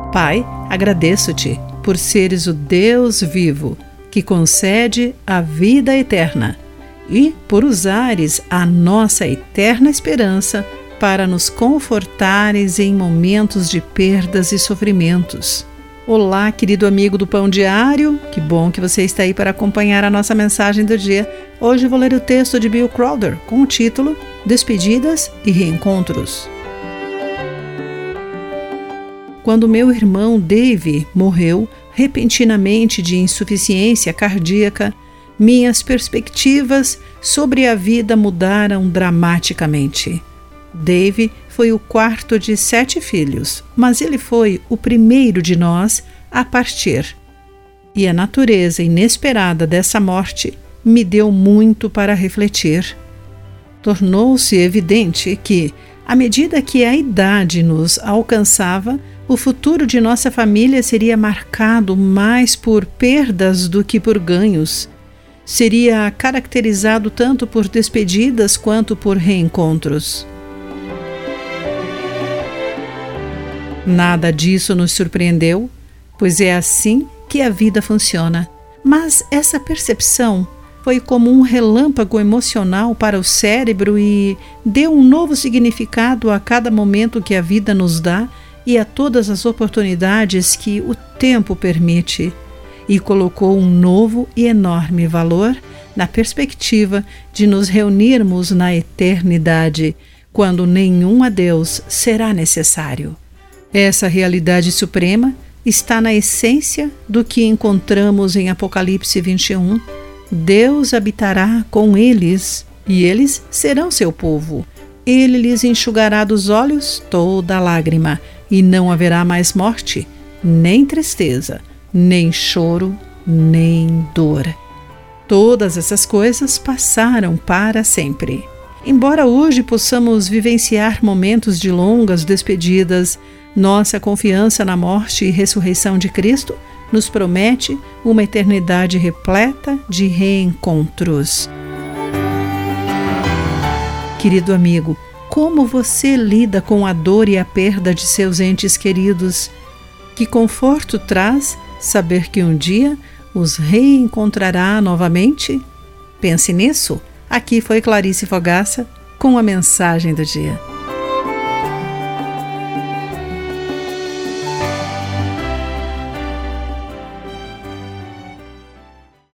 Pai, agradeço-te por seres o Deus vivo, que concede a vida eterna, e por usares a nossa eterna esperança para nos confortares em momentos de perdas e sofrimentos. Olá, querido amigo do Pão Diário, que bom que você está aí para acompanhar a nossa mensagem do dia. Hoje vou ler o texto de Bill Crowder com o título Despedidas e Reencontros. Quando meu irmão Dave morreu repentinamente de insuficiência cardíaca, minhas perspectivas sobre a vida mudaram dramaticamente. Dave foi o quarto de 7 filhos, mas ele foi o primeiro de nós a partir. E a natureza inesperada dessa morte me deu muito para refletir. Tornou-se evidente que, à medida que a idade nos alcançava, o futuro de nossa família seria marcado mais por perdas do que por ganhos. Seria caracterizado tanto por despedidas quanto por reencontros. Nada disso nos surpreendeu, pois é assim que a vida funciona. Mas essa percepção foi como um relâmpago emocional para o cérebro e deu um novo significado a cada momento que a vida nos dá e a todas as oportunidades que o tempo permite, e colocou um novo e enorme valor na perspectiva de nos reunirmos na eternidade, quando nenhum adeus será necessário. Essa realidade suprema está na essência do que encontramos em Apocalipse 21. Deus habitará com eles, e eles serão seu povo. Ele lhes enxugará dos olhos toda lágrima, e não haverá mais morte, nem tristeza, nem choro, nem dor. Todas essas coisas passaram para sempre. Embora hoje possamos vivenciar momentos de longas despedidas, nossa confiança na morte e ressurreição de Cristo nos promete uma eternidade repleta de reencontros. Querido amigo, como você lida com a dor e a perda de seus entes queridos? Que conforto traz saber que um dia os reencontrará novamente? Pense nisso. Aqui foi Clarice Fogaça com a mensagem do dia.